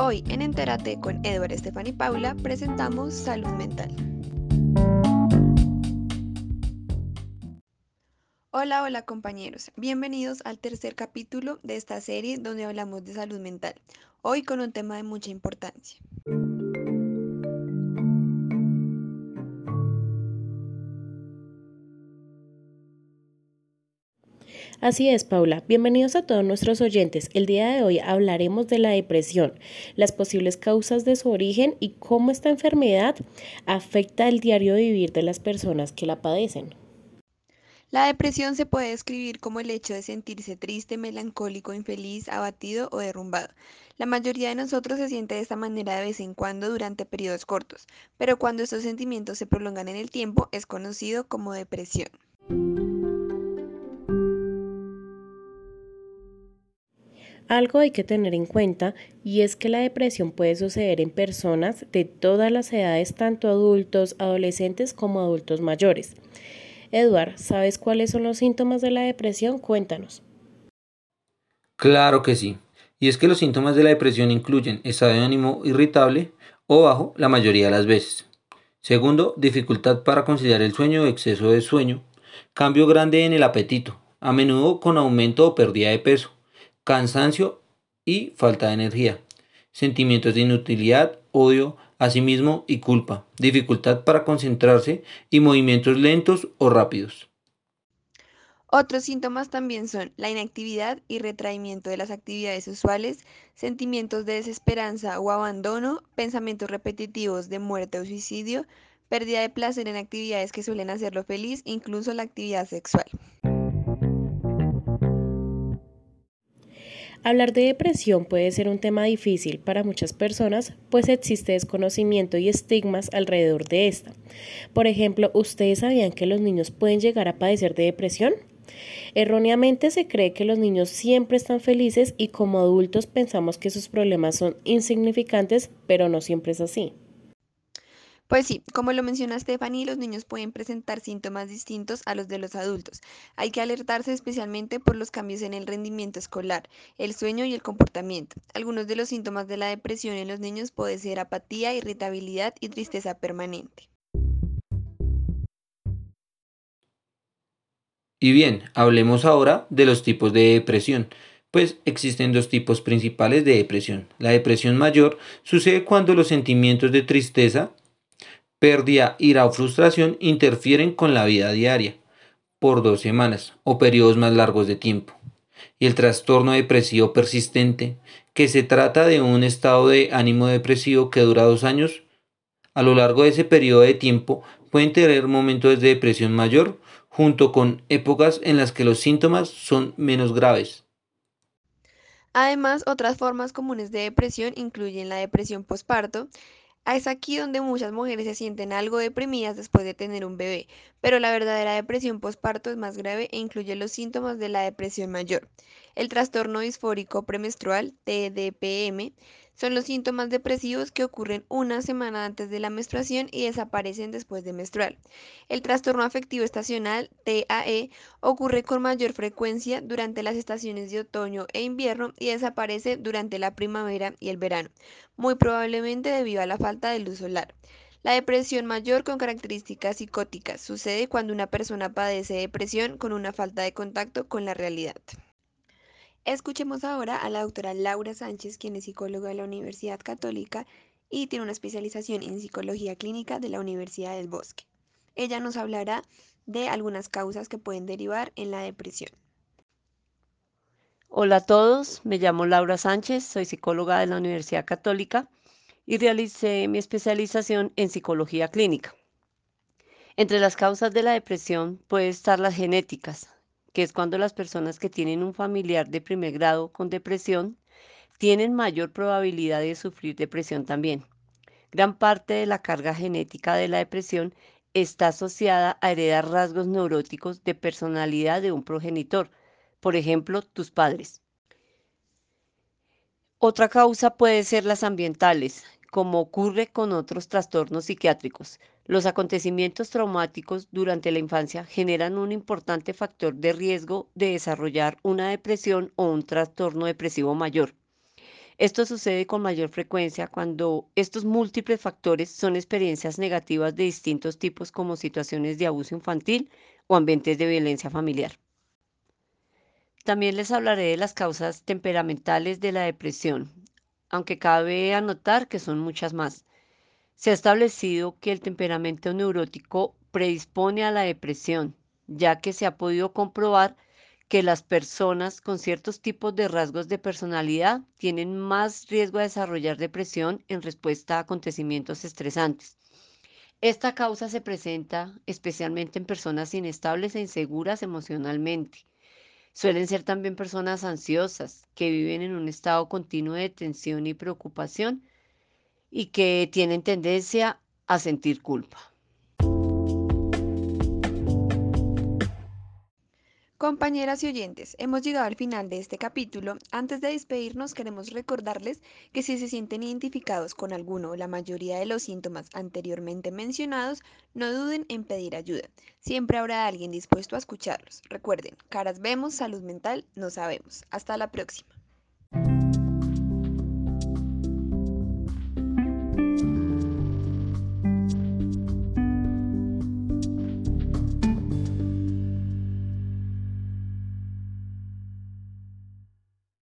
Hoy en Entérate con Edward, Estefan y Paula presentamos Salud Mental. Hola compañeros, bienvenidos al tercer capítulo de esta serie donde hablamos de salud mental, hoy con un tema de mucha importancia. Así es, Paula. Bienvenidos a todos nuestros oyentes. El día de hoy hablaremos de la depresión, las posibles causas de su origen y cómo esta enfermedad afecta el diario vivir de las personas que la padecen. La depresión se puede describir como el hecho de sentirse triste, melancólico, infeliz, abatido o derrumbado. La mayoría de nosotros se siente de esta manera de vez en cuando durante periodos cortos, pero cuando estos sentimientos se prolongan en el tiempo es conocido como depresión. Algo hay que tener en cuenta y es que la depresión puede suceder en personas de todas las edades, tanto adultos, adolescentes como adultos mayores. Edward, ¿sabes cuáles son los síntomas de la depresión? Cuéntanos. Claro que sí. Y es que los síntomas de la depresión incluyen estado de ánimo irritable o bajo la mayoría de las veces. Segundo, dificultad para conciliar el sueño o exceso de sueño. Cambio grande en el apetito, a menudo con aumento o pérdida de peso. Cansancio y falta de energía. Sentimientos de inutilidad, odio a sí mismo y culpa. Dificultad para concentrarse y movimientos lentos o rápidos. Otros síntomas también son la inactividad y retraimiento de las actividades usuales, sentimientos de desesperanza o abandono, pensamientos repetitivos de muerte o suicidio, pérdida de placer en actividades que suelen hacerlo feliz, incluso la actividad sexual. Hablar de depresión puede ser un tema difícil para muchas personas, pues existe desconocimiento y estigmas alrededor de esta. Por ejemplo, ¿ustedes sabían que los niños pueden llegar a padecer de depresión? Erróneamente se cree que los niños siempre están felices y como adultos pensamos que sus problemas son insignificantes, pero no siempre es así. Pues sí, como lo menciona Stephanie, los niños pueden presentar síntomas distintos a los de los adultos. Hay que alertarse especialmente por los cambios en el rendimiento escolar, el sueño y el comportamiento. Algunos de los síntomas de la depresión en los niños pueden ser apatía, irritabilidad y tristeza permanente. Y bien, hablemos ahora de los tipos de depresión. Pues existen dos tipos principales de depresión. La depresión mayor sucede cuando los sentimientos de tristeza, pérdida, ira o frustración interfieren con la vida diaria por 2 semanas o periodos más largos de tiempo. Y el trastorno depresivo persistente, que se trata de un estado de ánimo depresivo que dura 2 años. A lo largo de ese periodo de tiempo pueden tener momentos de depresión mayor junto con épocas en las que los síntomas son menos graves. Además, otras formas comunes de depresión incluyen la depresión postparto. Es aquí donde muchas mujeres se sienten algo deprimidas después de tener un bebé, pero la verdadera depresión postparto es más grave e incluye los síntomas de la depresión mayor. El trastorno disfórico premenstrual, TDPM, son los síntomas depresivos que ocurren una semana antes de la menstruación y desaparecen después de menstruar. El trastorno afectivo estacional, TAE, ocurre con mayor frecuencia durante las estaciones de otoño e invierno y desaparece durante la primavera y el verano, muy probablemente debido a la falta de luz solar. La depresión mayor con características psicóticas sucede cuando una persona padece depresión con una falta de contacto con la realidad. Escuchemos ahora a la doctora Laura Sánchez, quien es psicóloga de la Universidad Católica y tiene una especialización en psicología clínica de la Universidad del Bosque. Ella nos hablará de algunas causas que pueden derivar en la depresión. Hola a todos, me llamo Laura Sánchez, soy psicóloga de la Universidad Católica y realicé mi especialización en psicología clínica. Entre las causas de la depresión puede estar las genéticas, que es cuando las personas que tienen un familiar de primer grado con depresión tienen mayor probabilidad de sufrir depresión también. Gran parte de la carga genética de la depresión está asociada a heredar rasgos neuróticos de personalidad de un progenitor, por ejemplo, tus padres. Otra causa puede ser las ambientales, como ocurre con otros trastornos psiquiátricos. Los acontecimientos traumáticos durante la infancia generan un importante factor de riesgo de desarrollar una depresión o un trastorno depresivo mayor. Esto sucede con mayor frecuencia cuando estos múltiples factores son experiencias negativas de distintos tipos como situaciones de abuso infantil o ambientes de violencia familiar. También les hablaré de las causas temperamentales de la depresión, aunque cabe anotar que son muchas más. Se ha establecido que el temperamento neurótico predispone a la depresión, ya que se ha podido comprobar que las personas con ciertos tipos de rasgos de personalidad tienen más riesgo de desarrollar depresión en respuesta a acontecimientos estresantes. Esta causa se presenta especialmente en personas inestables e inseguras emocionalmente. Suelen ser también personas ansiosas que viven en un estado continuo de tensión y preocupación y que tienen tendencia a sentir culpa. Compañeras y oyentes, hemos llegado al final de este capítulo. Antes de despedirnos, queremos recordarles que si se sienten identificados con alguno o la mayoría de los síntomas anteriormente mencionados, no duden en pedir ayuda. Siempre habrá alguien dispuesto a escucharlos. Recuerden, caras vemos, salud mental no sabemos. Hasta la próxima.